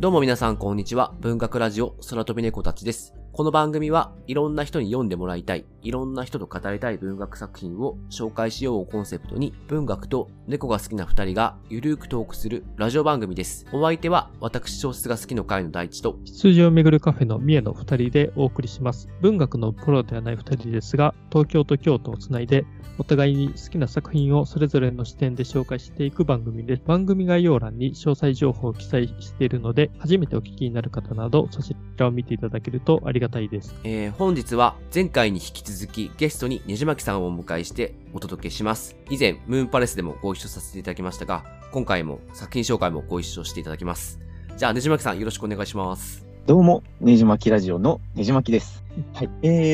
どうも皆さんこんにちは。文学ラジオ空飛び猫たちです。この番組はいろんな人に読んでもらいたい、いろんな人と語りたい文学作品を紹介しようをコンセプトに、文学と猫が好きな二人がゆるーくトークするラジオ番組です。お相手は私小説が好きの会の大地と、 羊をめぐるカフェの三重の二人でお送りします。文学のプロではない二人ですが、東京と京都をつないで、お互いに好きな作品をそれぞれの視点で紹介していく番組です。番組概要欄に詳細情報を記載しているので、初めてお聞きになる方など、そちらを見ていただけるとありがたいです。 本日は前回に引き続きゲストにねじまきさんをお迎えしてお届けします。以前、ムーンパレスでもご一緒させていただきましたが、今回も作品紹介もご一緒していただきます。じゃあ、ねじまきさんよろしくお願いします。 どうも、ねじまきラジオのねじまきです。はい。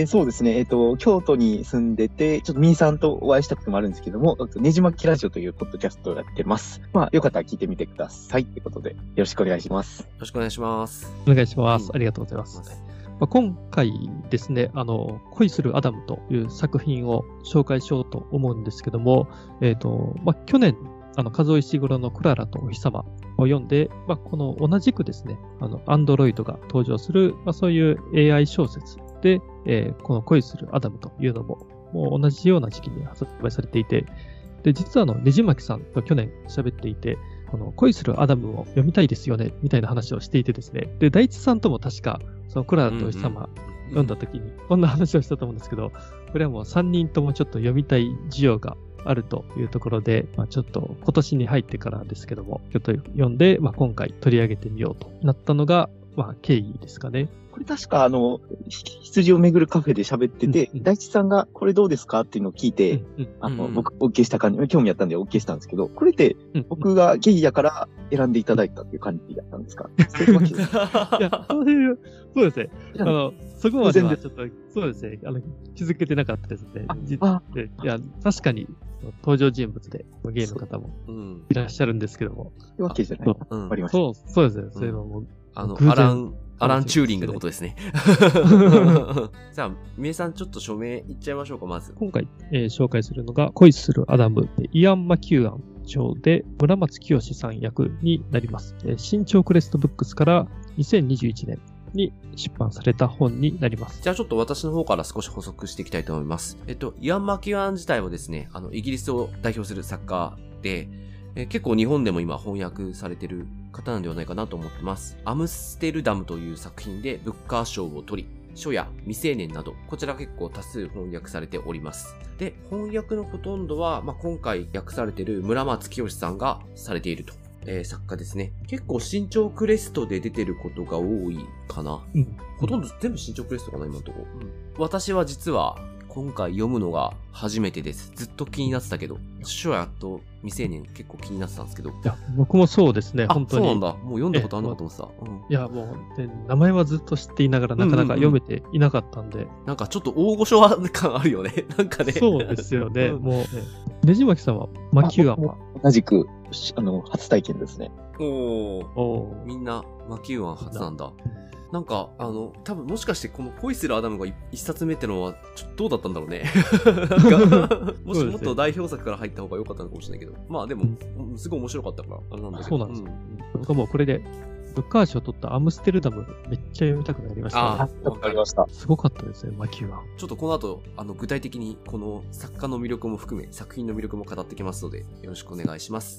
そうですね。京都に住んでて、ちょっとみーさんとお会いしたこともあるんですけども、ねじまきラジオというポッドキャストをやってます。まあ、よかったら聞いてみてください。ということで、よろしくお願いします。 よろしくお願いします。 お願いします。ありがとうございます。今回ですね、恋するアダムという作品を紹介しようと思うんですけども、去年、数尾石黒のクララとお日様を読んで、この同じくですね、アンドロイドが登場する、そういう AI 小説で、この恋するアダムというのも、もう同じような時期に発売されていて、で、実はねじまきさんと去年喋っていて、この恋するアダムを読みたいですよね、みたいな話をしていてですね、で、大地さんとも確か、そのクララとお日様読んだ時に、こんな話をしたと思うんですけど、これはもう3人ともちょっと読みたい需要があるというところで、ちょっと今年に入ってからですけども、ちょっと読んで、今回取り上げてみようとなったのが、経緯ですかね。 これ確か羊をめぐるカフェで喋ってて、大地さんがこれどうですかっていうのを聞いて、僕 OK した感じ、興味あったんで OK したんですけど、これって僕がゲイやから選んでいただいたっていう感じだったんですか？そういうわけですか？ いや、そうですね。そこまではちょっと、そうですね。気づけてなかったですね。いや、確かに登場人物でゲイの方もいらっしゃるんですけども。 そういうわけじゃない。わかりました。 そうですね。そういうのも。 アラン・チューリングのことですね。じゃあ、みえさんちょっと署名いっちゃいましょうか、まず。 今回、紹介するのが、恋するアダム、イアン・マキューアン著で、村松清さん役になります。新潮クレストブックスから2021年に出版された本になります。 じゃあちょっと私の方から少し補足していきたいと思います。イアン・マキューアン自体はですね、イギリスを代表する作家で、結構日本でも今翻訳されてる方なんではないかなと思ってます。アムステルダムという作品でブッカー賞を取り、書や未成年など、こちら結構多数翻訳されております。で、翻訳のほとんどは、今回訳されている村松清さんがされていると。作家ですね。結構新潮クレストで出てることが多いかな。ほとんど全部新潮クレストかな、今のところ。私は実は今回読むのが初めてです。ずっと気になってたけど、書やと未成年結構気になってたんですけど。いや、僕もそうですね、本当に。 そうなんだ。もう読んだことあるのかと思ってた。 いや、もう、名前はずっと知っていながらなかなか読めていなかったんで。 なんかちょっと大御所感あるよね。なんかね。 そうですよね。もう、ねじまきさんは、マキューアンは同じく、初体験ですね。 みんな、マキューアン初なんだ。なんか、多分もしかしてこの恋するアダムが一冊目ってのは、どうだったんだろうね。もしもっと代表作から入った方が良かったのかもしれないけど。まあでも、すごい面白かったから、あれなんだけど。 そうなんですよ。僕はもうこれで、ブッカー賞を取ったアムステルダム、めっちゃ読みたくなりました、ね。 わかりました。 すごかったですね、マキューは。 ちょっとこの後、具体的にこの作家の魅力も含め、作品の魅力も語ってきますので、よろしくお願いします。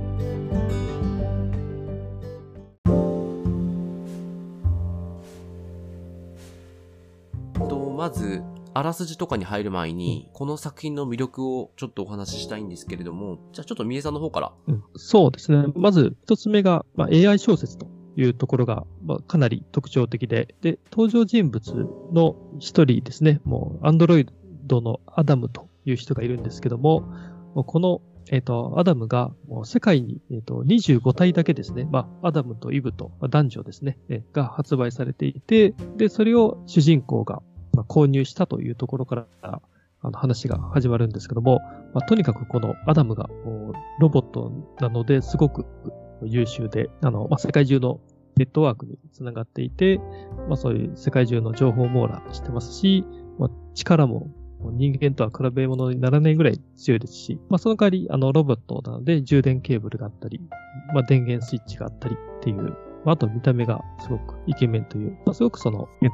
まず、あらすじとかに入る前に、この作品の魅力をちょっとお話ししたいんですけれども、じゃあちょっとみえさんの方から。 そうですね。まず、一つ目が、AI 小説というところが、かなり特徴的で、で、登場人物の一人ですね、もう、アンドロイドのアダムという人がいるんですけども、この、アダムが、もう世界に、25体だけですね、アダムとイブと、男女ですね、が発売されていて、で、それを主人公が、購入したというところから話が始まるんですけども、とにかくこのアダムがロボットなのですごく優秀で、世界中のネットワークにつながっていて、そういう世界中の情報を網羅してますし、力も人間とは比べ物にならないぐらい強いですし、その代わりロボットなので充電ケーブルがあったり、電源スイッチがあったりっていうあと見た目がすごくイケメンという、すごく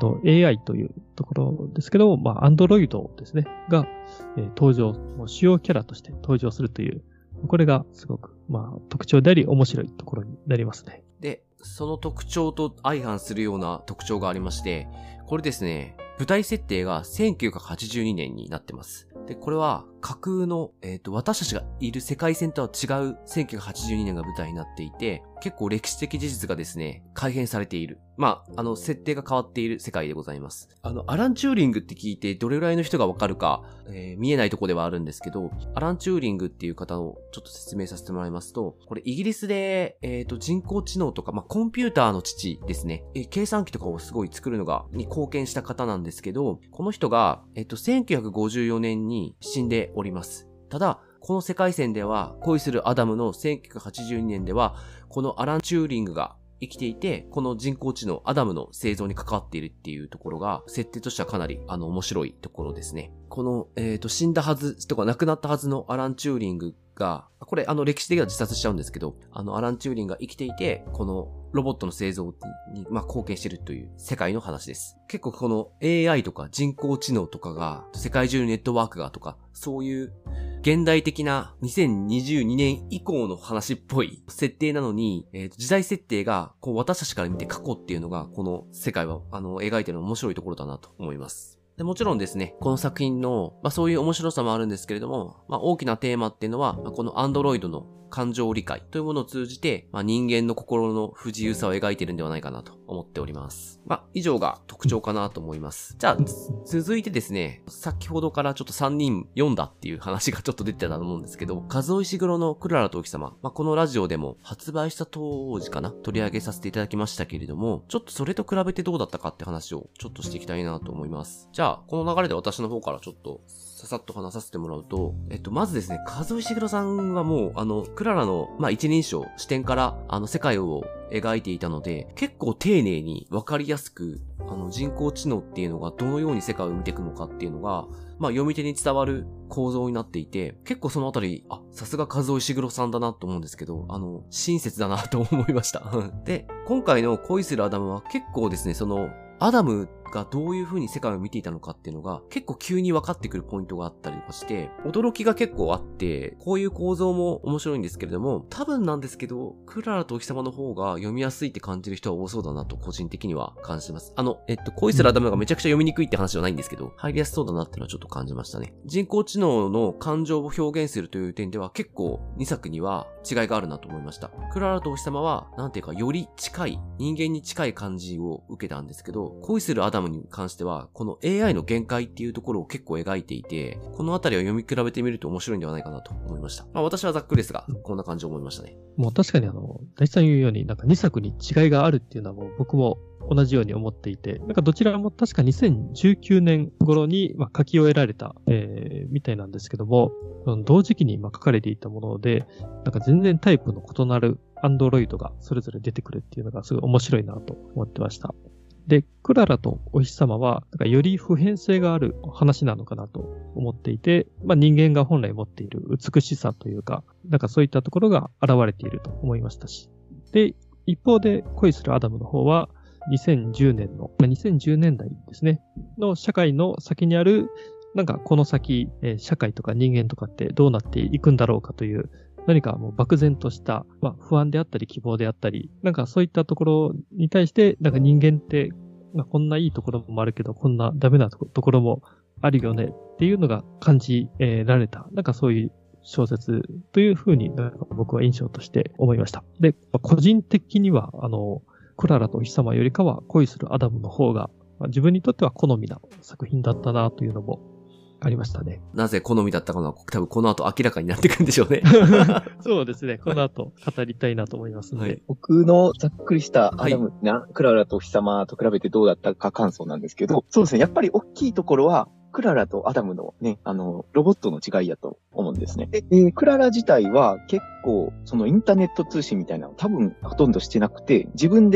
AI というところですけど、Android ですね、が、登場、主要キャラとして登場するという、これがすごく、特徴であり面白いところになりますね。 で、その特徴と相反するような特徴がありまして、これですね、舞台設定が1982年になってます。で、これは架空の、私たちがいる世界線とは違う1982年が舞台になっていて、結構歴史的事実がですね、改変されている。設定が変わっている世界でございます。アラン・チューリングって聞いてどれぐらいの人がわかるか、見えないとこではあるんですけど、アラン・チューリングっていう方をちょっと説明させてもらいますと、これイギリスで、人工知能とか、コンピューターの父ですね、計算機とかをすごい作るのに貢献した方なんですけど、この人が、1954年に死んでおります。ただ、この世界線では、恋するアダムの1982年では、このアラン・チューリングが生きていて、この人工知能アダムの製造に関わっているっていうところが、設定としてはかなり面白いところですね。この、死んだはずとか亡くなったはずのアラン・チューリングが、これ歴史的には自殺しちゃうんですけど、アラン・チューリングが生きていて、このロボットの製造に、貢献しているという世界の話です。結構この AI とか人工知能とかが、世界中のネットワークがとか、そういう現代的な2022年以降の話っぽい設定なのに、時代設定がこう私たちから見て過去っていうのが、この世界は描いてるの面白いところだなと思います。でもちろんですね、この作品の、そういう面白さもあるんですけれども、大きなテーマっていうのは、このアンドロイドの感情理解というものを通じて、人間の心の不自由さを描いているんではないかなと思っております。以上が特徴かなと思います。じゃあ、続いてですね、先ほどからちょっと3人読んだっていう話がちょっと出てたと思うんですけど、和尾石黒のクララとお日様、このラジオでも発売した当時かな、取り上げさせていただきましたけれども、ちょっとそれと比べてどうだったかって話をちょっとしていきたいなと思います。じゃあ、この流れで私の方からちょっとささっと話させてもらうと、まずですね、和尾石黒さんはもう、クララの、一人称、視点から、世界を描いていたので、結構丁寧にわかりやすく、人工知能っていうのがどのように世界を見ていくのかっていうのが、読み手に伝わる構造になっていて、結構そのあたり、さすが和尾石黒さんだなと思うんですけど、親切だなと思いました。で、今回の恋するアダムは結構ですね、アダムがどういう風に世界を見ていたのかっていうのが結構急に分かってくるポイントがあったりとかして、驚きが結構あって、こういう構造も面白いんですけれども、多分なんですけど、クララとお日様の方が読みやすいって感じる人は多そうだなと個人的には感じます。恋するアダムがめちゃくちゃ読みにくいって話はないんですけど、入りやすそうだなっていうのはちょっと感じましたね。人工知能の感情を表現するという点では結構2作には違いがあるなと思いました。クララとお日様は、なんていうかより近い、人間に近い感じを受けたんですけど、恋するアダムに関しては、この AI の限界っていうところを結構描いていて、このあたりを読み比べてみると面白いんではないかなと思いました。私はざっくりですが、こんな感じを思いましたね。 もう確かに大地さん言うように、2作に違いがあるっていうのはもう僕も同じように思っていて、どちらも確か2019年頃に書き終えられた、みたいなんですけども、同時期に書かれていたもので、全然タイプの異なるアンドロイドがそれぞれ出てくるっていうのがすごい面白いなと思ってました。で、クララとお日様は、より普遍性がある話なのかなと思っていて、人間が本来持っている美しさというか、そういったところが現れていると思いましたし。で、一方で恋するアダムの方は、2010年代ですね、の社会の先にある、この先、社会とか人間とかってどうなっていくんだろうかという、何かもう漠然とした、不安であったり希望であったり、そういったところに対して、人間って、こんないいところもあるけど、こんなダメなところもあるよねっていうのが感じられた、そういう小説というふうに僕は印象として思いました。で、個人的には、クララとお日様よりかは恋するアダムの方が、自分にとっては好みな作品だったなというのもありましたね。 なぜ好みだったかのは多分この後明らかになってくるんでしょうね。 そうですね。この後語りたいなと思いますので。 僕のざっくりしたアダムな、クララとお日様と比べてどうだったか感想なんですけど、そうですね。やっぱり大きいところは、クララとアダムのね、ロボットの違いやと思うんですね。で、クララ自体は結構、インターネット通信みたいなの多分ほとんどしてなくて、自分で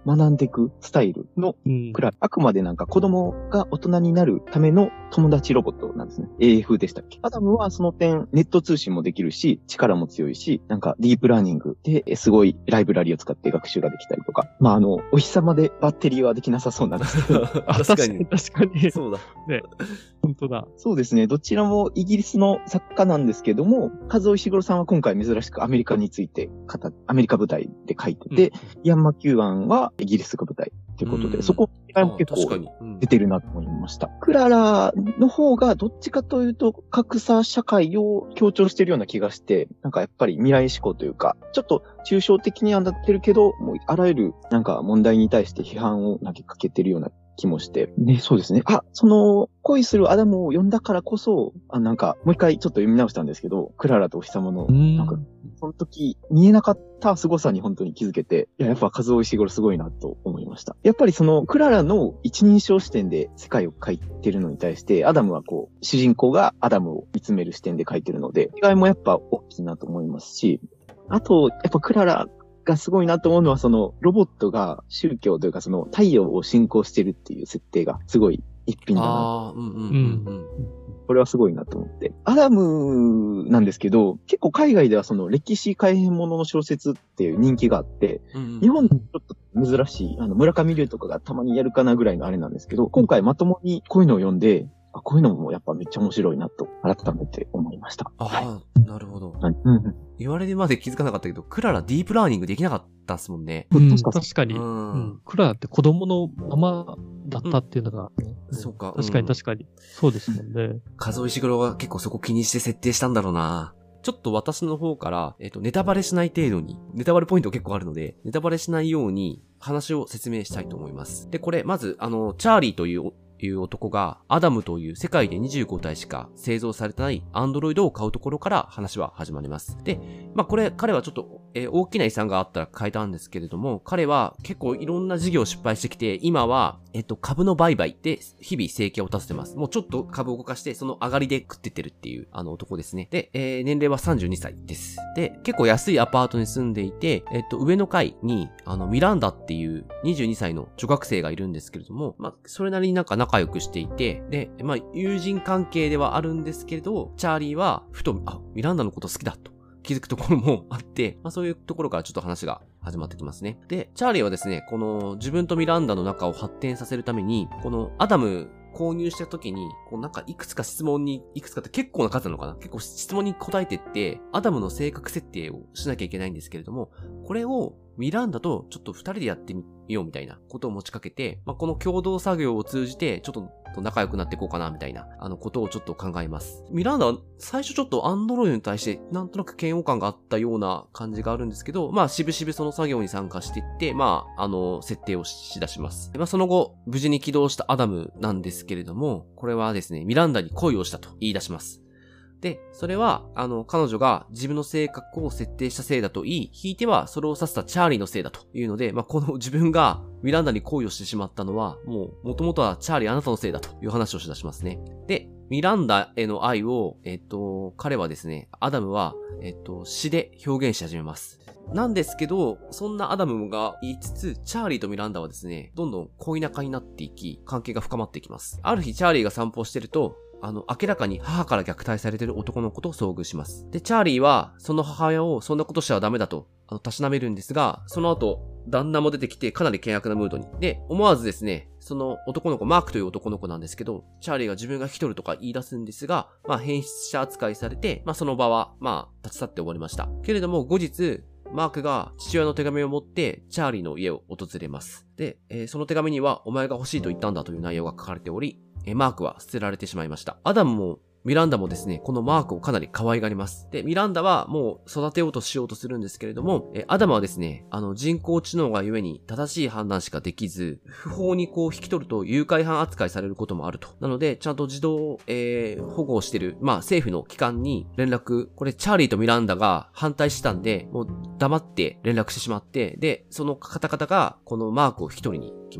学んでいくスタイルのクララ。あくまでなんか子供が大人になるための友達ロボットなんですね。AF でしたっけ。アダムはその点、ネット通信もできるし、力も強いし、なんかディープラーニングですごいライブラリを使って学習ができたりとか。まあお日様でバッテリーはできなさそうなんですけど。 確かに。 確かに。 そうだ。 ね。本当だ。 そうですね。どちらもイギリスの作家なんですけども、和尾石黒さんは今回珍しくアメリカについてアメリカ舞台で書いてて、イアン・マキューアンはイギリスが舞台ということで、そこも結構出てるなと思いました。クララの方がどっちかというと格差社会を強調してるような気がして、なんかやっぱり未来志向というか、ちょっと抽象的にはなってるけど、もうあらゆるなんか問題に対して批判を投げかけてるような気もして。ね、そうですね。恋するアダムを読んだからこそ、なんか、もう一回ちょっと読み直したんですけど、クララとお日様の、なんか、その時、見えなかった凄さに本当に気づけて、やっぱ和尾石黒すごいなと思いました。やっぱりクララの一人称視点で世界を描いてるのに対して、アダムは主人公がアダムを見つめる視点で描いてるので、違いもやっぱ大きいなと思いますし、あと、やっぱクララ、がすごいなと思うのは、ロボットが宗教というか、太陽を信仰してるっていう設定がすごい一品だな。これはすごいなと思って。アダムなんですけど、結構海外では歴史改変ものの小説っていう人気があって、日本でちょっと珍しい、村上龍とかがたまにやるかなぐらいのあれなんですけど、今回まともにこういうのを読んで、こういうのもやっぱめっちゃ面白いなと改めて思いました。 なるほど。言われるまで気づかなかったけど、クララディープラーニングできなかったっすもんね。 確かに。クララって子供のままだったっていうのが、 そうか。 確かに。そうですもんね。 和尾石黒が結構そこ気にして設定したんだろうな。ちょっと私の方から、ネタバレしない程度に、ネタバレポイント結構あるので、ネタバレしないように話を説明したいと思います。で、これ、まず、チャーリーという男がアダムという世界で25体しか製造されてないアンドロイドを買うところから話は始まります。で、彼はちょっと、大きな遺産があったら変えたんですけれども、彼は結構いろんな事業を失敗してきて、今は、株の売買で日々生計を立ててます。もうちょっと株を動かして、その上がりで食ってってるっていう、男ですね。で、年齢は32歳です。で、結構安いアパートに住んでいて、上の階に、ミランダっていう22歳の女学生がいるんですけれども、それなりになんか仲良くしていて、で、友人関係ではあるんですけれど、チャーリーは、ふと、ミランダのこと好きだと気づくところもあって、そういうところからちょっと話が始まってきますね。で、チャーリーはですね、この自分とミランダの仲を発展させるために、このアダム購入した時に、なんかいくつかって結構な数なのかな？結構質問に答えてって、アダムの性格設定をしなきゃいけないんですけれども、これをミランダとちょっと二人でやってみようみたいなことを持ちかけて、この共同作業を通じて、ちょっと仲良くなっていこうかなみたいな、ことをちょっと考えます。ミランダは最初ちょっとアンドロイドに対してなんとなく嫌悪感があったような感じがあるんですけど、しぶしぶその作業に参加していって、設定をしだします。その後、無事に起動したアダムなんですけれども、これはですね、ミランダに恋をしたと言い出します。で、それは、彼女が自分の性格を設定したせいだと言い、ひいてはそれを指したチャーリーのせいだというので、この自分がミランダに恋をしてしまったのは、元々はチャーリーあなたのせいだという話をしだしますね。で、ミランダへの愛を、彼はですね、アダムは、詩で表現し始めます。なんですけど、そんなアダムが言いつつ、チャーリーとミランダはですね、どんどん恋仲になっていき、関係が深まっていきます。ある日、チャーリーが散歩してると、明らかに母から虐待されている男の子と遭遇します。で、チャーリーは、その母親をそんなことしてはダメだと、たしなめるんですが、その後、旦那も出てきてかなり険悪なムードに。で、思わずですね、その男の子、マークという男の子なんですけど、チャーリーが自分が引き取るとか言い出すんですが、変質者扱いされて、その場は、立ち去って終わりました。けれども、後日、マークが父親の手紙を持ってチャーリーの家を訪れます。で、その手紙にはお前が欲しいと言ったんだという内容が書かれており、マークは捨てられてしまいました。アダムもミランダもですね、このマークをかなり可愛がります。で、ミランダはもう育てようとしようとするんですけれども、アダムはですね、人工知能がゆえに正しい判断しかできず、不法に引き取ると誘拐犯扱いされることもあると。なので、ちゃんと児童、保護をしてる、政府の機関に連絡、これチャーリーとミランダが反対したんで、もう黙って連絡してしまって、で、その方々がこのマークを引き取りに来ます。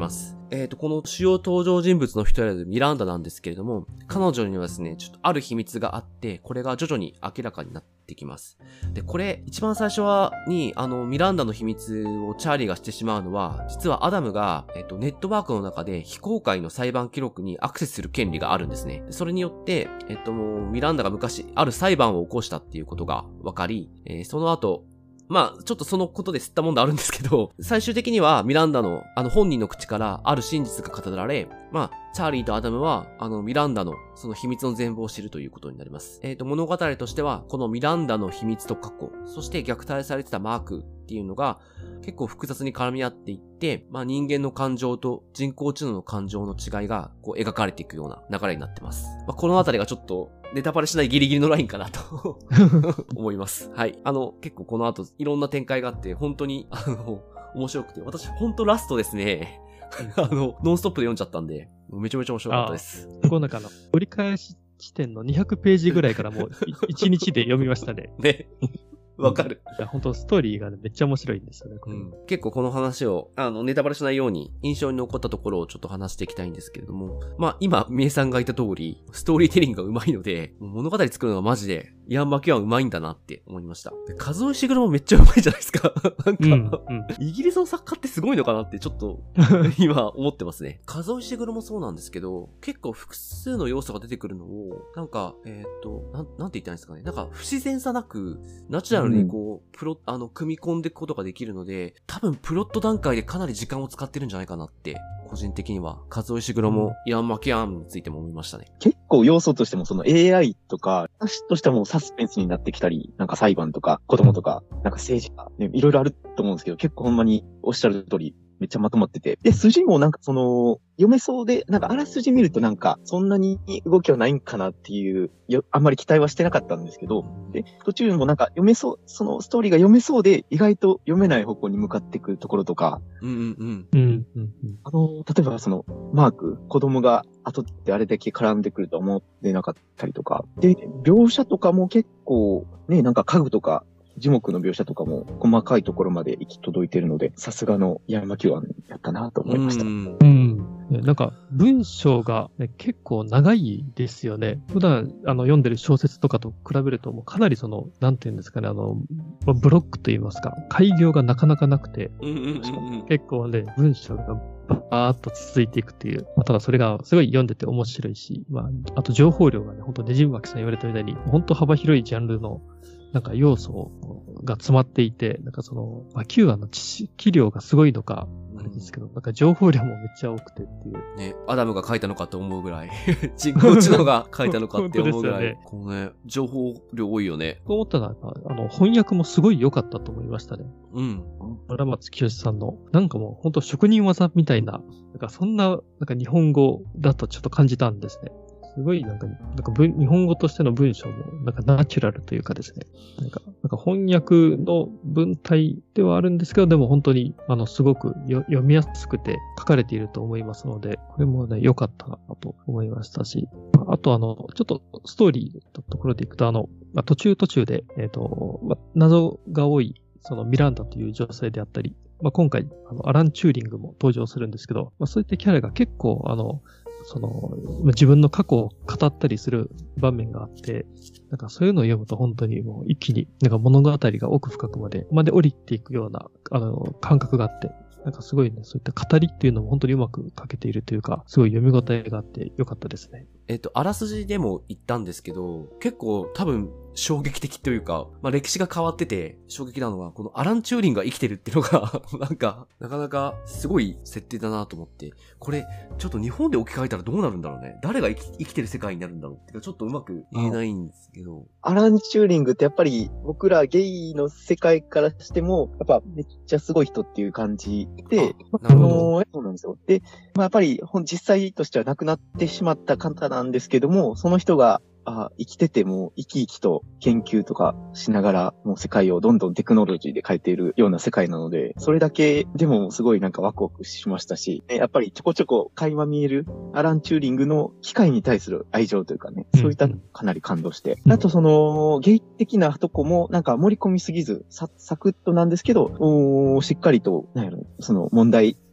この主要登場人物の一人であるミランダなんですけれども、彼女にはですね、ちょっとある秘密があって、これが徐々に明らかになってきます。で、これ、一番最初に、ミランダの秘密をチャーリーがしてしまうのは、実はアダムが、ネットワークの中で非公開の裁判記録にアクセスする権利があるんですね。それによって、ミランダが昔、ある裁判を起こしたっていうことが分かり、その後、まあ、ちょっとそのことで吸ったもんであるんですけど、最終的にはミランダの、本人の口からある真実が語られ、まあ、チャーリーとアダムは、ミランダのその秘密の全貌を知るということになります。物語としては、このミランダの秘密と過去、そして虐待されてたマークっていうのが、結構複雑に絡み合っていって、まあ人間の感情と人工知能の感情の違いが、こう描かれていくような流れになってます。まあ、このあたりがちょっと、ネタバレしないギリギリのラインかなと思います。はい。結構この後、いろんな展開があって、本当に、面白くて、私、本当ラストですね。ノンストップで読んじゃったんで、めちゃめちゃ面白かったです。 この中の折り返し地点の200ページぐらいからもう1日で読みましたね。 ね。わかる。 いや、本当ストーリーが、ね、めっちゃ面白いんですよね。 結構この話を、ネタバレしないように印象に残ったところをちょっと話していきたいんですけれども、まあ今、みえさんが言った通り、ストーリーテリングが上手いので、物語作るのがマジで、イアン・マキュアン上手いんだなって思いました。で、カズオ・イシグロもめっちゃ上手いじゃないですか。なんか、イギリスの作家ってすごいのかなってちょっと、今思ってますね。カズオ・イシグロもそうなんですけど、結構複数の要素が出てくるのを、なんか、なんて言ったらいいんですかね。なんか不自然さなく、ナチュラルにこう、組み込んでいくことができるので、多分プロット段階でかなり時間を使ってるんじゃないかなって、個人的には、カズオ・イシグロもイアン・マキュアンについても思いましたね。 結構要素としてもその AI とか、話としてもサスペンスになってきたり、なんか裁判とか子供とか、なんか政治か、ね、いろいろあると思うんですけど、結構ほんまにおっしゃる通り、めっちゃまとまってて。で、筋もなんか読めそうで、なんかあらすじ見るとなんか、そんなに動きはないんかなっていう、あんまり期待はしてなかったんですけど、で、途中もなんか読めそう、そのストーリーが読めそうで、意外と読めない方向に向かっていくところとか、例えばマーク、子供が後であれだけ絡んでくるとは思ってなかったりとか、で、描写とかも結構、ね、なんか家具とか、樹木の描写とかも細かいところまで行き届いているので、さすがのイアン・マキュアンやったなと思いました。 なんか文章が、ね、結構長いですよね。普段読んでる小説とかと比べるともうかなりなんていうんですかね、ブロックと言いますか、開業がなかなかなくて、結構ね、文章がバーっと続いていくっていう。ただそれがすごい読んでて面白いし、あと情報量がね、本当ねじうまきさん言われたみたいに、本当幅広いジャンルのなんか要素が詰まっていて、なんかマキュアの知識量がすごいのか、あれですけど、なんか情報量もめっちゃ多くてっていう。ね、 アダムが書いたのかと思うぐらい、人工知能が書いたのかって思うぐらい、ね、このね、情報量多いよね。 こう思ったのは、翻訳もすごい良かったと思いましたね。村松清さんの、なんかもう本当職人技みたいな、なんかそんな、なんか日本語だとちょっと感じたんですね。すごいなんか日本語としての文章もなんかナチュラルというかですね。なんか翻訳の文体ではあるんですけど、でも本当にすごく読みやすくて書かれていると思いますので、これもね、良かったなと思いましたし、あとちょっとストーリーのところでいくと途中で、謎が多い、ミランダという女性であったり、今回、アラン・チューリングも登場するんですけど、そういったキャラが結構、自分の過去を語ったりする場面があって、なんかそういうのを読むと本当にもう一気に、なんか物語が奥深くまで降りていくような、感覚があって、なんかすごいね、そういった語りっていうのも本当にうまく書けているというか、すごい読み応えがあってよかったですね。 あらすじでも言ったんですけど、結構多分衝撃的というか、歴史が変わってて衝撃なのは、このアラン・チューリングが生きてるっていうのが、なんか、なかなかすごい設定だなと思って、これ、ちょっと日本で置き換えたらどうなるんだろうね。誰が生きてる世界になるんだろうっていうか、ちょっとうまく言えないんですけど。 アラン・チューリングってやっぱり僕らゲイの世界からしても、やっぱめっちゃすごい人っていう感じで、そうなんですよ。で、やっぱり実際としては亡くなってしまった方なんですけども、その人が生きてても生き生きと研究とかしながらもう世界をどんどんテクノロジーで変えているような世界なので、それだけでもすごいなんかワクワクしましたし、やっぱりちょこちょこ垣間見えるアラン・チューリングの機械に対する愛情というかね、そういったかなり感動して、あとゲイ的なとこもなんか盛り込みすぎず、サクッとなんですけど、しっかりと、問題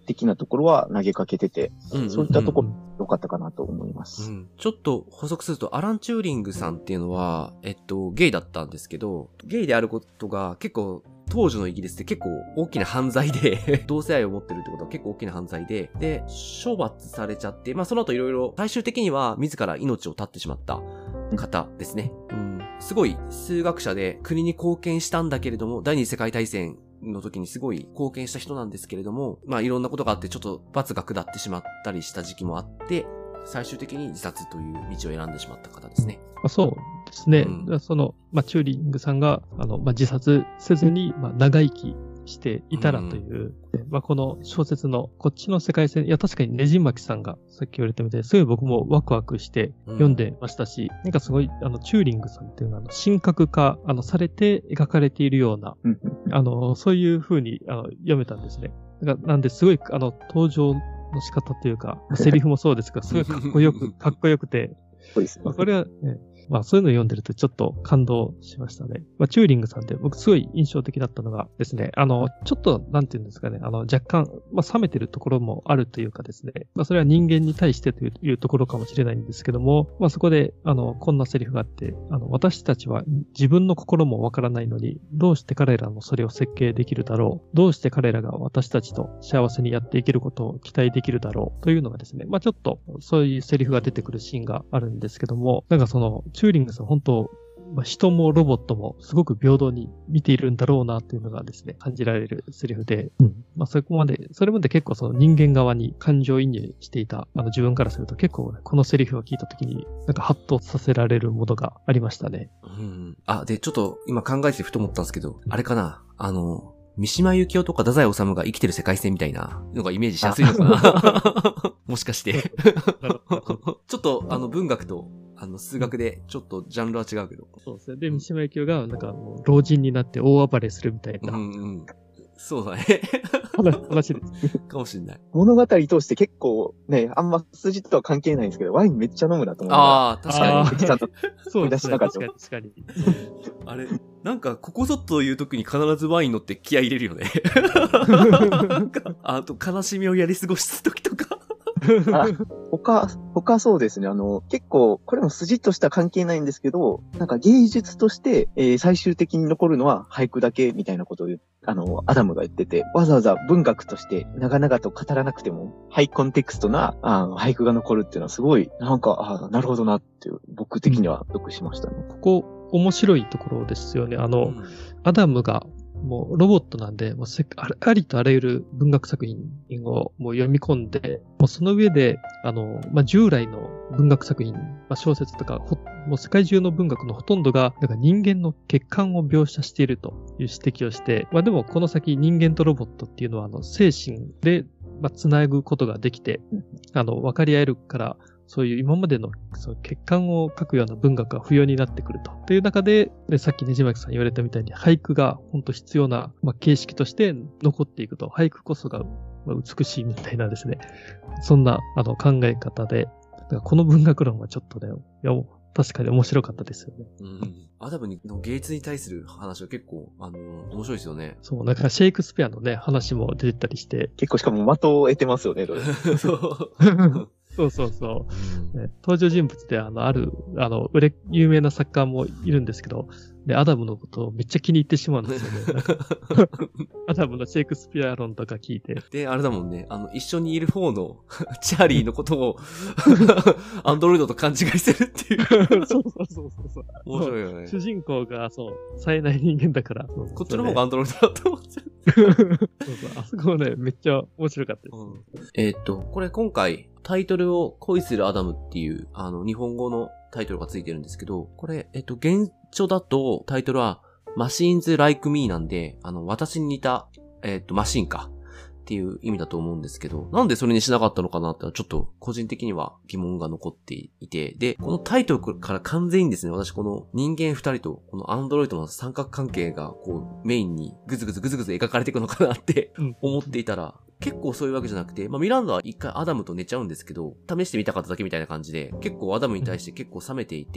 的なところは投げかけてて、そういったところ良かったかなと思います。 ちょっと補足すると、アラン・チューリングさんっていうのは、ゲイだったんですけど、ゲイであることが結構、当時のイギリスって結構大きな犯罪で同性愛を持ってるってことは結構大きな犯罪で、処罰されちゃって、その後いろいろ最終的には自ら命を絶ってしまった方ですね。すごい数学者で国に貢献したんだけれども、第二次世界大戦の時にすごい貢献した人なんですけれども、いろんなことがあってちょっと罰が下ってしまったりした時期もあって、最終的に自殺という道を選んでしまった方ですね。 そうですね。その、チューリングさんが、自殺せずに、長生きしていたらという、この小説のこっちの世界線、いや、確かにねじまきさんがさっき言われたみたいに、すごい僕もワクワクして読んでましたし、なんかすごい、チューリングさんっていうのは、神格化、されて描かれているような、そういう風に、読めたんですね。なんで、すごい、登場の仕方というか、セリフもそうですが、すごいかっこよくて、これは、ね、そういうのを読んでるとちょっと感動しましたね。チューリングさんって僕すごい印象的だったのがですね、ちょっと、なんていうんですかね、若干、冷めてるところもあるというかですね、それは人間に対してというところかもしれないんですけども、そこで、こんなセリフがあって、私たちは自分の心もわからないのに、どうして彼らもそれを設計できるだろう、どうして彼らが私たちと幸せにやっていけることを期待できるだろうというのがですね、ちょっとそういうセリフが出てくるシーンがあるんですけども、なんかその、チューリングさん本当、人もロボットもすごく平等に見ているんだろうなっていうのがですね、感じられるセリフで、それまで結構その人間側に感情移入していた自分からすると結構、このセリフを聞いたときになんかハッとさせられるものがありましたね。 で、ちょっと今考えてふと思ったんですけど、あれかな、三島由紀夫とか太宰治が生きてる世界線みたいなのがイメージしやすいのかなもしかして。ちょっと文学と数学でちょっとジャンルは違うけど。 そうですね。で、三島由紀夫がなんか老人になって大暴れするみたいな。 そうだね。 話です。 かもしれない。 物語通して結構ね、あんま筋とは関係ないんですけど、ワインめっちゃ飲むなと思う。 確かに。 そうですね。確かに。 あれ、なんか、ここぞという時に必ずワイン乗って気合い入れるよね。なんか、あと悲しみをやり過ごした時とか。 他そうですね。結構、これも筋としては関係ないんですけど、なんか芸術として、最終的に残るのは俳句だけみたいなことをアダムが言ってて、わざわざ文学として長々と語らなくても、ハイコンテクストな俳句が残るっていうのはすごい、なんか、なるほどなっていう、僕的には読しましたね。 ここ、面白いところですよね。アダムが、もうロボットなんで、もうありとあらゆる文学作品をもう読み込んで、もうその上で、従来の文学作品、小説とか、もう世界中の文学のほとんどが、なんか人間の欠陥を描写しているという指摘をして、でもこの先人間とロボットっていうのは、精神で、つなぐことができて、分かり合えるから、そういう今までの欠陥を書くような文学が不要になってくると。という中で、さっきねじまきさん言われたみたいに俳句が本当必要な、形式として残っていくと。俳句こそが美しいみたいなですね。そんな考え方で、この文学論はちょっとね、確かに面白かったですよね。 アダムの芸術に対する話は結構、面白いですよね。 そう、だからシェイクスピアのね、話も出てたりして。 結構しかも的を得てますよね、 そう。 そう。登場人物で有名な作家もいるんですけど、アダムのことをめっちゃ気に入ってしまうんですよね。アダムのシェイクスピア論とか聞いて。 で、あれだもんね、一緒にいる方のチャーリーのことをアンドロイドと勘違いするっていう。 そう。 面白いよね。 主人公が、冴えない人間だから。 こっちの方がアンドロイドだと思っちゃう。あそこね、めっちゃ面白かったです。これ今回、タイトルを恋するアダムっていう、日本語のタイトルがついてるんですけど、これ、現状だとタイトルは、マシーンズ・ライク・ミーなんで、私に似た、マシンか。っていう意味だと思うんですけど、なんでそれにしなかったのかなってちょっと個人的には疑問が残っていて、で、このタイトルから完全にですね、私この人間二人とこのアンドロイドの三角関係がこうメインにグズグズ描かれていくのかなって思っていたら、結構そういうわけじゃなくて、ミランダは一回アダムと寝ちゃうんですけど、試してみたかっただけみたいな感じで、結構アダムに対して結構冷めていて、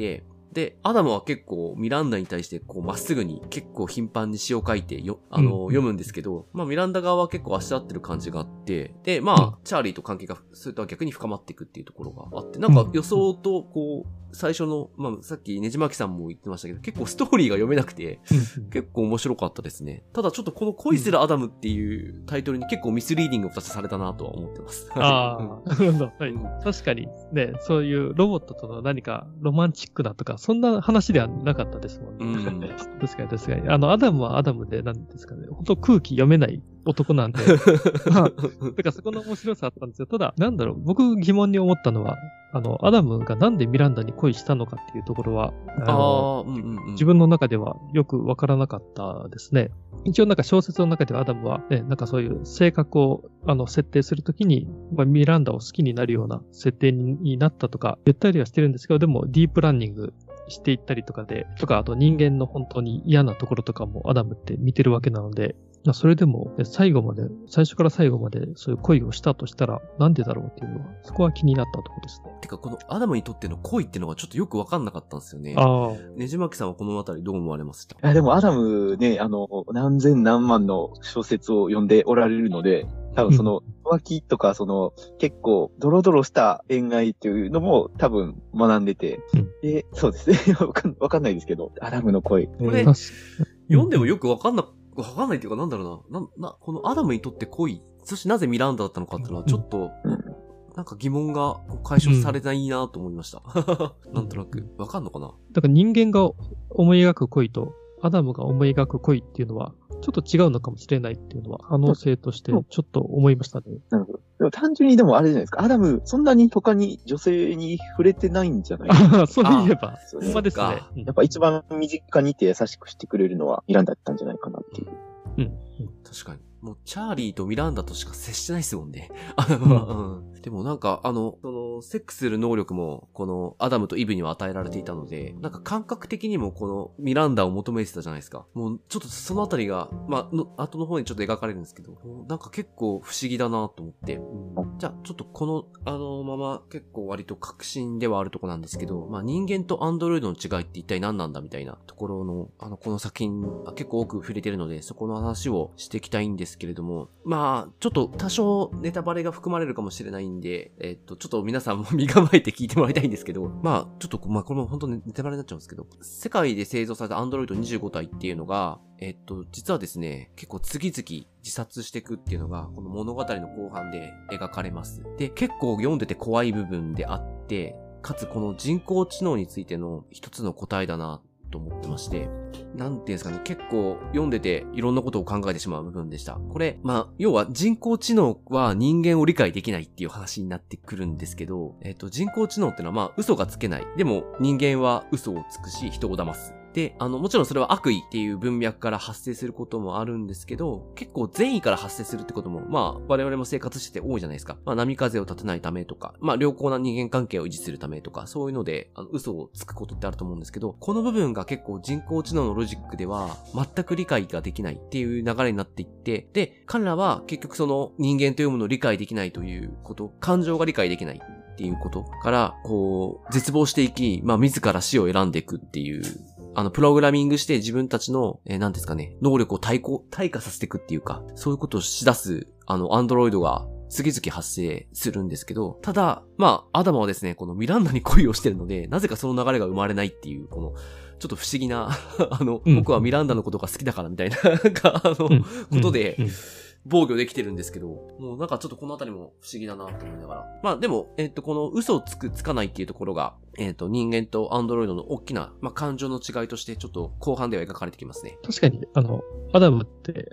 で、アダムは結構ミランダに対してこうまっすぐに結構頻繁に詩を書いて読むんですけど、まあミランダ側は結構あしらってる感じがあって、で、まあ、チャーリーと関係がそれとは逆に深まっていくっていうところがあって、なんか予想とこう、最初の、まあさっきねじまきさんも言ってましたけど、結構ストーリーが読めなくて、結構面白かったですね。ただちょっとこの恋するアダムっていうタイトルに結構ミスリーディングを2つされたなとは思ってます。 ああ、なるほど。はい。確かにね、そういうロボットとの何かロマンチックなとか、そんな話ではなかったですもんね。確かに確かに。アダムはアダムで何ですかね、本当空気読めない男なんで。まあ、だからそこの面白さあったんですよ。ただ、なんだろう、僕疑問に思ったのは、アダムがなんでミランダに恋したのかっていうところは、自分の中ではよくわからなかったですね。一応なんか小説の中ではアダムはね、なんかそういう性格を設定するときに、まあ、ミランダを好きになるような設定になったとか言ったりはしてるんですけど、でもディープランニングしていったりとかで、とかあと人間の本当に嫌なところとかもアダムって見てるわけなので、それでも最初から最後までそういう恋をしたとしたらなんでだろうっていうのは、そこは気になったところですね。 てかこのアダムにとっての恋っていうのがちょっとよくわかんなかったんですよね。ねじまきさんはこのあたりどう思われました？ いやでもアダムね、何千何万の小説を読んでおられるので、多分その浮気とか結構ドロドロした恋愛っていうのも多分学んでて、で、そうですね。わかんないですけど、アダムの恋。 これ、読んでもよくわかんないっていうかなんだろうな。このアダムにとって恋、そしてなぜミランダだったのかっていうのはちょっと、なんか疑問が解消されないなと思いました。なんとなく。わかんのかな？ だから人間が思い描く恋と、アダムが思い描く恋っていうのは、ちょっと違うのかもしれないっていうのは、可能性としてちょっと思いましたね。 なるほど。でも単純にでもあれじゃないですか。アダム、そんなに他に女性に触れてないんじゃないですか。 そういえば。ほんまですね。 やっぱ一番身近にいて優しくしてくれるのはミランダだったんじゃないかなっていう。 確かに。もう、チャーリーとミランダとしか接してないですもんね。でもなんか、セックスする能力も、この、アダムとイブには与えられていたので、なんか感覚的にもこの、ミランダを求めてたじゃないですか。もう、ちょっとそのあたりが、まあ、後の方にちょっと描かれるんですけど、なんか結構不思議だなと思って。じゃあ、ちょっとこの、まま結構割と確信ではあるとこなんですけど、まあ、人間とアンドロイドの違いって一体何なんだみたいなところの、この作品、結構多く触れてるので、そこの話をしていきたいんですけれども、まあ、ちょっと多少ネタバレが含まれるかもしれないんで、ちょっと皆さんも身構えて聞いてもらいたいんですけど、まあ、ちょっと、まあ、これも本当にネタバレになっちゃうんですけど、世界で製造されたアンドロイド25体っていうのが、実はですね、結構次々自殺していくっていうのが、この物語の後半で描かれます。で、結構読んでて怖い部分であって、かつこの人工知能についての一つの答えだな、と思ってまして、なんていうんですかね、結構読んでていろんなことを考えてしまう部分でした。これ、まあ、要は人工知能は人間を理解できないっていう話になってくるんですけど、人工知能ってのはまあ、嘘がつけない。でも、人間は嘘をつくし、人を騙す。で、もちろんそれは悪意っていう文脈から発生することもあるんですけど、結構善意から発生するってことも、まあ、我々も生活してて多いじゃないですか。まあ、波風を立てないためとか、まあ、良好な人間関係を維持するためとか、そういうので、嘘をつくことってあると思うんですけど、この部分が結構人工知能のロジックでは、全く理解ができないっていう流れになっていって、で、彼らは結局その人間というものを理解できないということ、感情が理解できないっていうことから、こう、絶望していき、まあ、自ら死を選んでいくっていう、プログラミングして自分たちの、何ですかね、能力を退化させていくっていうか、そういうことをし出す、アンドロイドが次々発生するんですけど、ただ、まあ、アダムはですね、このミランダに恋をしてるので、なぜかその流れが生まれないっていう、この、ちょっと不思議な、僕はミランダのことが好きだからみたいな、ことで、防御できてるんですけど、もうなんかちょっとこのあたりも不思議だなと思いながら。まあでも、この嘘をつかないっていうところが、人間とアンドロイドの大きな、まあ感情の違いとしてちょっと後半では描かれてきますね。 確かに、アダムって、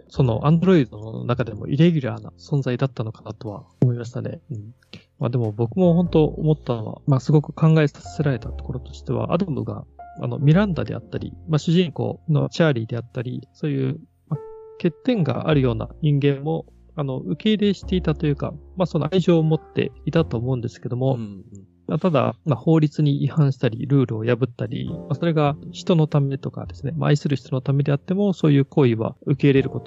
そのアンドロイドの中でもイレギュラーな存在だったのかなとは思いましたね。まあでも僕も本当思ったのは、まあすごく考えさせられたところとしては、アダムが、ミランダであったり、まあ主人公のチャーリーであったり、そういう、欠点があるような人間も、受け入れしていたというか、まあその愛情を持っていたと思うんですけども、ただ、まあ、法律に違反したり、ルールを破ったり、それが人のためとかですね、愛する人のためであっても、そういう行為は受け入れることは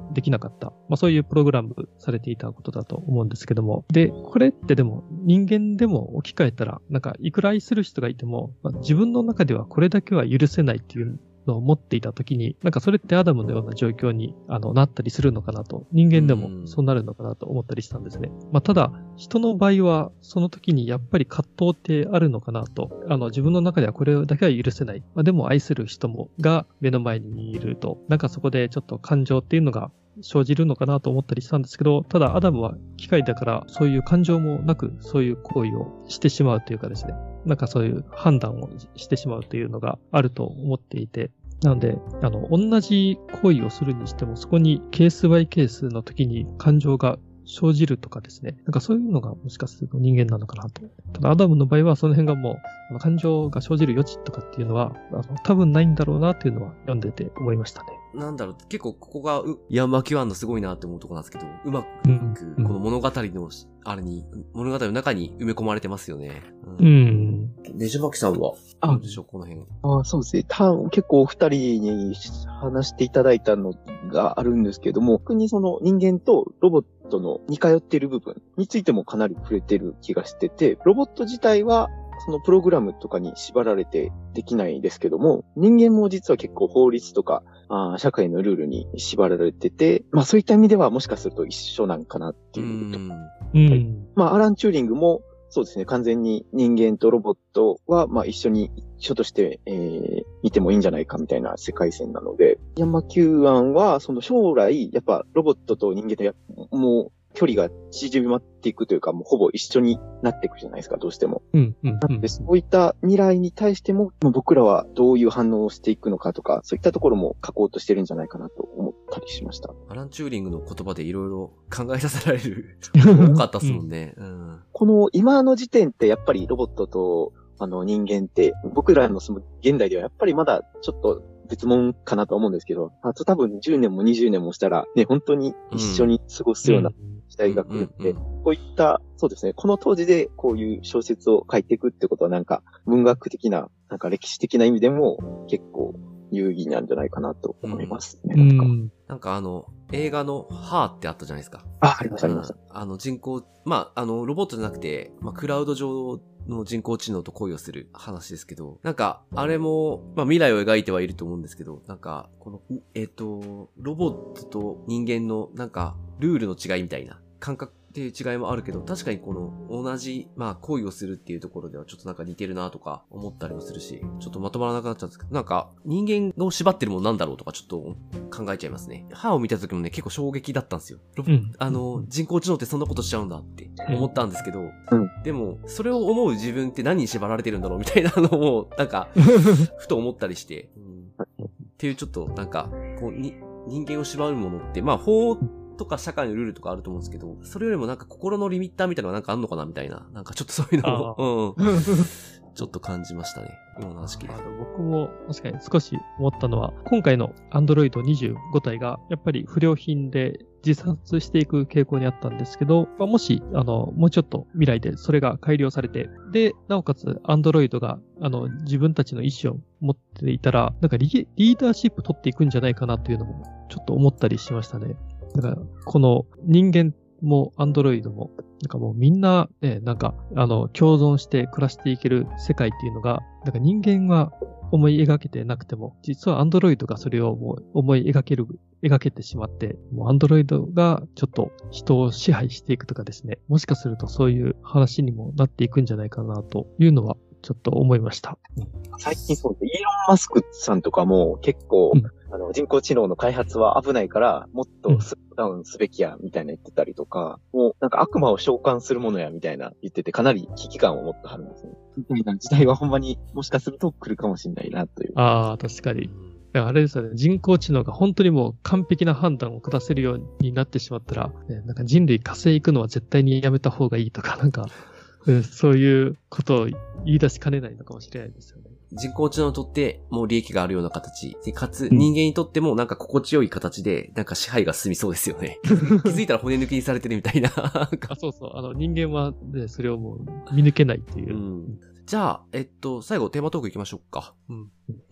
できなかった。そういうプログラムされていたことだと思うんですけども。で、これってでも人間でも置き換えたら、いくら愛する人がいても、自分の中ではこれだけは許せないっていうのを持っていたときに、それってアダムのような状況になったりするのかなと、人間でもそうなるのかなと思ったりしたんですね。ただ、人の場合は、その時にやっぱり葛藤ってあるのかなと、自分の中ではこれだけは許せない。でも愛する人が目の前にいると、そこでちょっと感情っていうのが生じるのかなと思ったりしたんですけど、ただアダムは機械だからそういう感情もなくそういう行為をしてしまうというかですね、そういう判断をしてしまうというのがあると思っていて、なので、同じ行為をするにしても、そこにケースバイケースの時に感情が生じるとかですね。そういうのがもしかすると人間なのかなと。ただ、アダムの場合はその辺がもう、感情が生じる余地とかっていうのは、多分ないんだろうなっていうのは読んでて思いましたね。 結構ここがヤンマキワンのすごいなって思うところなんですけど、うまくこの物語の物語の中に埋め込まれてますよね。ねじまきさんはどうでしょう、この辺。 そうですね。結構お二人に話していただいたのがあるんですけども、特にその人間とロボットの似通っている部分についてもかなり触れてる気がしてて、ロボット自体はそのプログラムとかに縛られてできないですけども、人間も実は結構法律とか社会のルールに縛られてて、そういった意味ではもしかすると一緒なんかなっていうと。アラン・チューリングもそうですね、完全に人間とロボットは一緒として、見てもいいんじゃないかみたいな世界線なので、ヤンマQ案はその将来やっぱロボットと人間ともう距離が縮まっていくというか、もうほぼ一緒になっていくじゃないですか、どうしても。なので、そういった未来に対しても、僕らはどういう反応をしていくのかとか、そういったところも書こうとしてるんじゃないかなと思ったりしました。 アラン・チューリングの言葉でいろいろ考えさせられる多かったですもんね。 この今の時点ってやっぱりロボットと人間って、僕らのその現代ではやっぱりまだちょっと別物かなと思うんですけど、多分10年も20年もしたらね、本当に一緒に過ごすような時代が来るって、こういった、そうですね、この当時でこういう小説を書いていくってことは文学的な、歴史的な意味でも結構有意義なんじゃないかなと思いますね。 映画のハーってあったじゃないですか。 ありました、ありました。 人工、ロボットじゃなくて、クラウド上の人工知能と恋をする話ですけど、あれも、未来を描いてはいると思うんですけど、この、ロボットと人間の、ルールの違いみたいな感覚っていう違いもあるけど、確かにこの同じ、恋をするっていうところではちょっと似てるなとか思ったりもするし、ちょっとまとまらなくなっちゃうんですけど、人間を縛ってるものなんだろうとかちょっと考えちゃいますね。歯を見た時もね、結構衝撃だったんですよ。人工知能ってそんなことしちゃうんだって思ったんですけど、でも、それを思う自分って何に縛られてるんだろうみたいなのを、ふと思ったりして、っていうちょっと人間を縛るものって、法とか社会のルールとかあると思うんですけど、それよりも心のリミッターみたいなのがあんのかなみたいな、ちょっとそういうのを、ちょっと感じましたね。今の話聞いて。 僕も確かに少し思ったのは、今回の Android25 体がやっぱり不良品で自殺していく傾向にあったんですけど、もし、もうちょっと未来でそれが改良されて、で、なおかつ Android が、自分たちの意思を持っていたら、リーダーシップ取っていくんじゃないかなというのも、ちょっと思ったりしましたね。この人間もアンドロイドも、もうみんな、ね、共存して暮らしていける世界っていうのが、人間は思い描けてなくても、実はアンドロイドがそれをもう思い描けてしまって、もうアンドロイドがちょっと人を支配していくとかですね、もしかするとそういう話にもなっていくんじゃないかなというのは、ちょっと思いました。 最近そうで、イーロン・マスクさんとかも結構、人工知能の開発は危ないから、もっとスローダウンすべきや、みたいな言ってたりとか、もう悪魔を召喚するものや、みたいな言ってて、かなり危機感を持ってはるんですね。みたいな時代はほんまにもしかすると来るかもしれないな、という。 確かに。あれですよね、人工知能が本当にもう完璧な判断を下せるようになってしまったら、人類火星行くのは絶対にやめた方がいいとか、そういうことを言い出しかねないのかもしれないですよね。 人工知能にとってもう利益があるような形で、かつ人間にとっても心地よい形で支配が進みそうですよね。気づいたら骨抜きにされてるみたいな。 そうそう。人間は、ね、それをもう見抜けないっていう。 じゃあ、最後テーマトーク行きましょうか。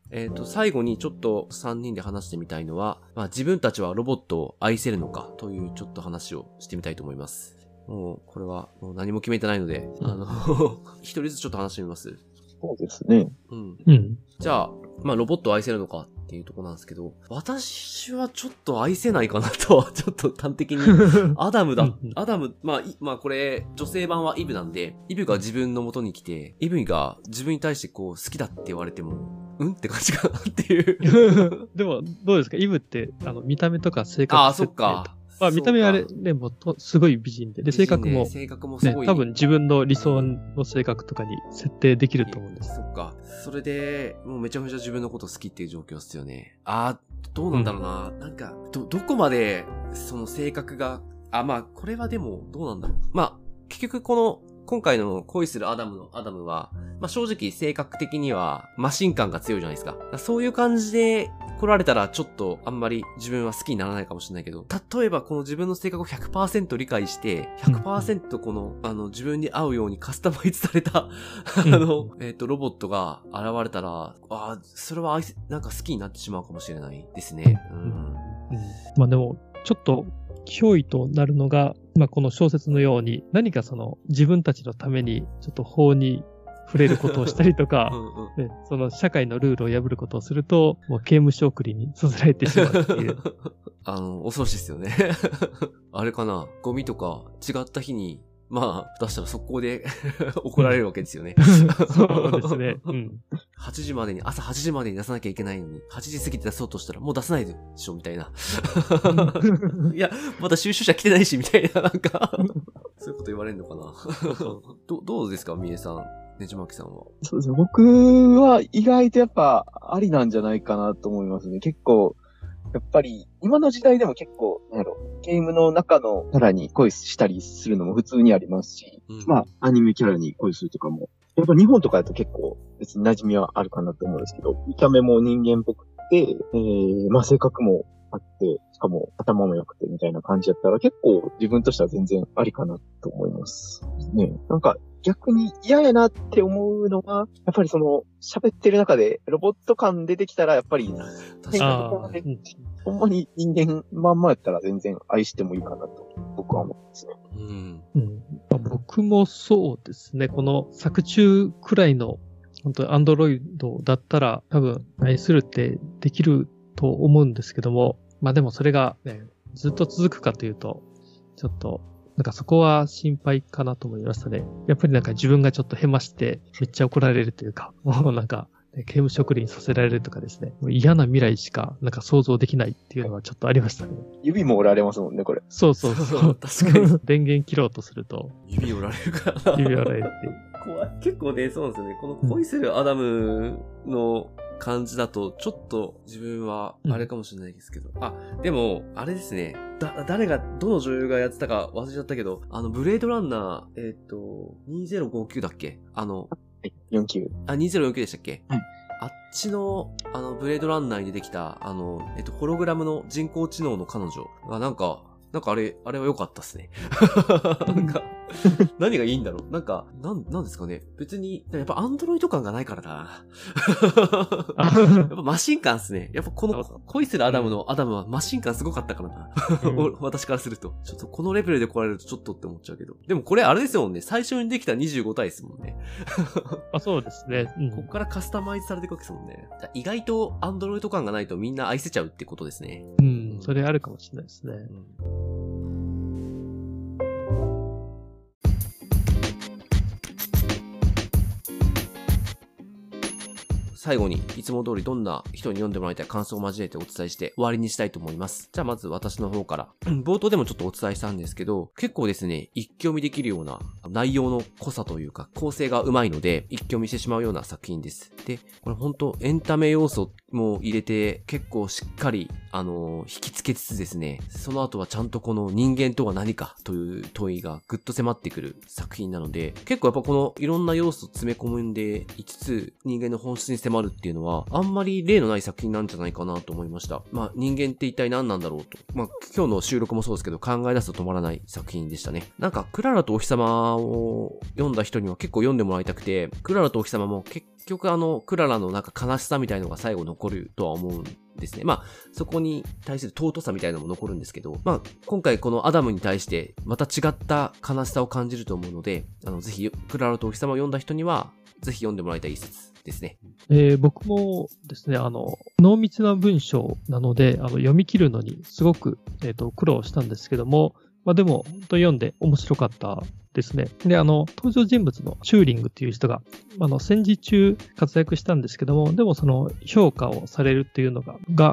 最後にちょっと3人で話してみたいのは、まあ自分たちはロボットを愛せるのかというちょっと話をしてみたいと思います。もう、これはもう何も決めてないので、一人ずつちょっと話してみます。 そうですね。 うん。 じゃあ、まあロボットを愛せるのかっていうところなんですけど、私はちょっと愛せないかなとは、ちょっと端的に、アダム、まあこれ、女性版はイブなんで、イブが自分の元に来て、イブが自分に対してこう、好きだって言われても、って感じかなっていう。 でも、どうですかイブって、見た目とか性格そっか。 まあ見た目はあれ、でも、すごい美人で、性格もすごい、多分自分の理想の性格とかに設定できると思うんです。 そっか。それで、もうめちゃめちゃ自分のこと好きっていう状況ですよね。どうなんだろうな。なんか、どこまで、その性格が、まあ、これはでも、どうなんだろう。まあ、結局今回の恋するアダムは、まあ正直性格的にはマシン感が強いじゃないですか。そういう感じで来られたらちょっとあんまり自分は好きにならないかもしれないけど、例えばこの自分の性格を 100% 理解して、100% この、自分に合うようにカスタマイズされた、ロボットが現れたら、それはなんか好きになってしまうかもしれないですね。 まあでも、ちょっと、脅威となるのが、まあこの小説のように、何か自分たちのために、ちょっと法に触れることをしたりとか、ね、その社会のルールを破ることをすると、もう刑務所送りにさせられてしまうっていう。 恐ろしいですよね。あれかな、ゴミとか違った日に、まあ、出したら速攻で怒られるわけですよね。 そうですね。 朝8時までに出さなきゃいけないのに、8時過ぎて出そうとしたらもう出さないでしょ、みたいな。いや、まだ収集者来てないし、みたいな、なんか、そういうこと言われるのかな。どうですか、みえさん。ねじまきさんは。 そうですね。僕は意外とやっぱありなんじゃないかなと思いますね。結構、やっぱり、今の時代でも結構、ゲームの中のキャラに恋したりするのも普通にありますし、まあ、アニメキャラに恋するとかも、やっぱ日本とかだと結構別に馴染みはあるかなと思うんですけど、見た目も人間っぽくて、まあ性格もあって、しかも頭も良くてみたいな感じだったら結構自分としては全然ありかなと思いますね。なんか逆に嫌やなって思うのが、やっぱり喋ってる中でロボット感出てきたらやっぱり、ほんまに人間まんまやったら全然愛してもいいかなと僕は思うんですね。 僕もそうですね。この作中くらいの本当にアンドロイドだったら多分愛するってできると思うんですけども、まあでもそれが、ね、ずっと続くかというと、ちょっとなんかそこは心配かなと思いましたね。やっぱりなんか自分がちょっとヘマしてめっちゃ怒られるというか、もうなんか刑務所送りにさせられるとかですね。もう嫌な未来しかなんか想像できないっていうのはちょっとありましたね。 指も折られますもんね、これ。 そう。確かに。電源切ろうとすると。 指折られるから。 指折られるっていう。 怖い。結構ね、そうなんですよね。この恋するアダムの感じだと、ちょっと自分はあれかもしれないですけど。でも、あれですね。誰が、どの女優がやってたか忘れちゃったけど、ブレードランナー、2059だっけ 49。 2049でしたっけあっちの、ブレードランナーに出てきた、ホログラムの人工知能の彼女がなんかあれは良かったっすね。なんか、何がいいんだろう。なんか、なんですかね。別に、やっぱアンドロイド感がないからだな。やっぱマシン感っすね。やっぱこの恋するアダムのアダムはマシン感すごかったからな。私からすると。ちょっとこのレベルで来られるとちょっとって思っちゃうけど。でもこれあれですもんね。最初にできた25体ですもんね。 そうですね。 こっからカスタマイズされていくわけですもんね。意外とアンドロイド感がないとみんな愛せちゃうってことですね。 それあるかもしれないですね。 最後に、いつも通りどんな人に読んでもらいたい感想を交えてお伝えして終わりにしたいと思います。じゃあまず私の方から。冒頭でもちょっとお伝えしたんですけど、結構ですね、一挙見できるような内容の濃さというか、構成が上手いので、一挙見してしまうような作品です。で、これほんとエンタメ要素も入れて、結構しっかり、引きつけつつですね、その後はちゃんとこの人間とは何かという問いがぐっと迫ってくる作品なので、結構やっぱこのいろんな要素を詰め込んでいつつ、人間の本質に迫るっていうのは、あんまり例のない作品なんじゃないかなと思いました。まあ人間って一体何なんだろうと。まあ今日の収録もそうですけど、考え出すと止まらない作品でしたね。なんかクララとお日様を読んだ人には結構読んでもらいたくて、クララとお日様も結局クララのなんか悲しさみたいのが最後残るとは思うんですね。まあ、そこに対する尊さみたいなのも残るんですけど、まあ、今回このアダムに対してまた違った悲しさを感じると思うので、ぜひ、クララとお日様を読んだ人には、ぜひ読んでもらいたい一節ですね。 僕もですね、濃密な文章なので、読み切るのにすごく、苦労したんですけども、まあでも、本当読んで面白かったですね。で、登場人物のチューリングっていう人が、戦時中活躍したんですけども、でもその評価をされるっていうのが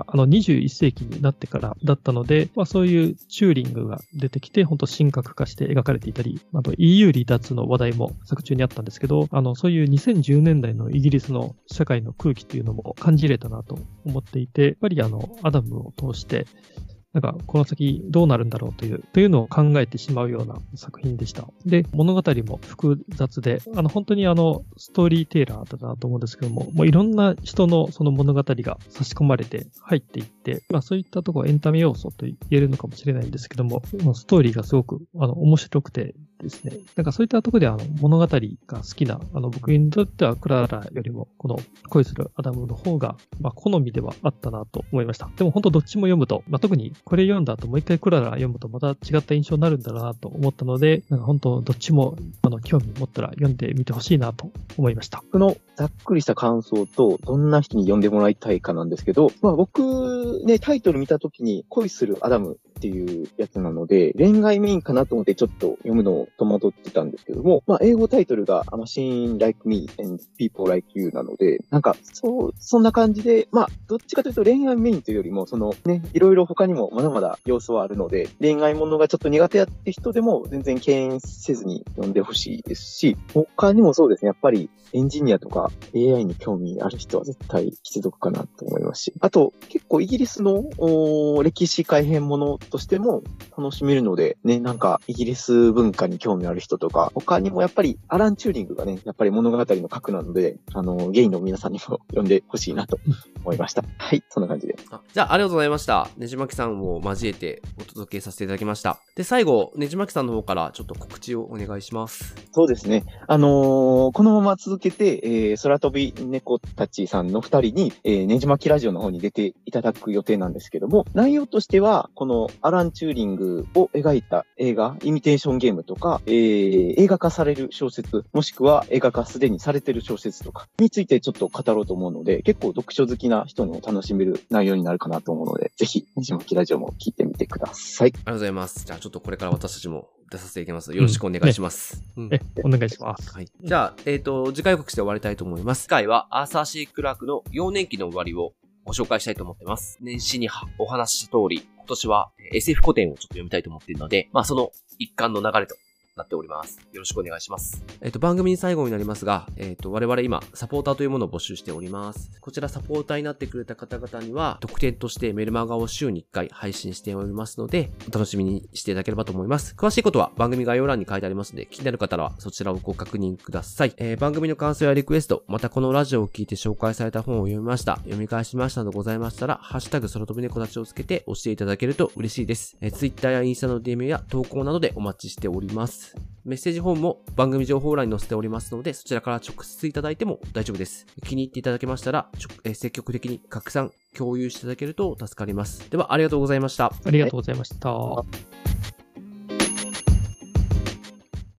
21世紀になってからだったので、まあそういうチューリングが出てきて、本当神格化して描かれていたり、あと EU 離脱の話題も作中にあったんですけど、そういう2010年代のイギリスの社会の空気っていうのも感じれたなと思っていて、やっぱりアダムを通して、なんか、この先どうなるんだろうというのを考えてしまうような作品でした。で、物語も複雑で、本当にストーリーテイラーだなと思うんですけども、もういろんな人のその物語が差し込まれて入っていって、まあそういったところエンタメ要素と言えるのかもしれないんですけども、ストーリーがすごく面白くてですね、なんかそういったところで物語が好きな、僕にとってはクララよりもこの恋するアダムの方が、まあ好みではあったなと思いました。でも本当どっちも読むと、まあ特にこれ読んだ後もう一回クララ読むとまた違った印象になるんだなと思ったので、なんか本当どっちも興味持ったら読んでみてほしいなと思いました。 このざっくりした感想とどんな人に読んでもらいたいかなんですけど、まあ僕ね、タイトル見た時に恋するアダムっていうやつなので、恋愛メインかなと思ってちょっと読むのを戸惑ってたんですけども、まあ英語タイトルがMachine Like Me and People Like You なので、なんかそんな感じで、まあどっちかというと恋愛メインというよりも、いろいろ他にもまだまだ要素はあるので、恋愛ものがちょっと苦手やって人でも全然敬遠せずに読んでほしいですし、他にもそうですね、やっぱりエンジニアとか AI に興味ある人は絶対必読かなと思いますし、あと結構イギリスの歴史改変ものとしても楽しめるので、ね、なんかイギリス文化に興味ある人とか、他にもやっぱりアラン・チューリングがね、やっぱり物語の核なので、ゲイの皆さんにも読んでほしいなと思いました。はい、そんな感じで。 じゃあ、ありがとうございました。ねじまきさんを交えてお届けさせていただきました。で、最後、ねじまきさんの方からちょっと告知をお願いします。 そうですね。このまま続けて、空飛び猫たちさんの二人に、ねじまきラジオの方に出ていただく予定なんですけども、内容としては、このアラン・チューリングを描いた映画、イミテーションゲームとか、映画化される小説、もしくは映画化すでにされてる小説とかについてちょっと語ろうと思うので、結構読書好きな人にも楽しめる内容になるかなと思うので、ぜひ、ねじまきラジオも聞いてみてください。 ありがとうございます。じゃあちょっとこれから私たちも出させていただきます。よろしくお願いします。 お願いします。 はい。じゃあ、次回予告して終わりたいと思います。次回はアーサー・C・クラークの幼年期の終わりをご紹介したいと思ってます。年始にお話しした通り、今年は SF 古典をちょっと読みたいと思っているので、まあその一環の流れとなっております。よろしくお願いします。番組最後になりますが、我々今、サポーターというものを募集しております。こちらサポーターになってくれた方々には、特典としてメルマガを週に1回配信しておりますので、お楽しみにしていただければと思います。詳しいことは番組概要欄に書いてありますので、気になる方はそちらをご確認ください。番組の感想やリクエスト、またこのラジオを聞いて紹介された本を読みました、読み返しましたなどございましたら、ハッシュタグ空飛び猫たちをつけて教えていただけると嬉しいです。Twitter やインスタの DM や投稿などでお待ちしております。メッセージフォームも番組情報欄に載せておりますので、そちらから直接いただいても大丈夫です。気に入っていただけましたら、積極的に拡散、共有していただけると助かります。では、ありがとうございました。 ありがとうございました。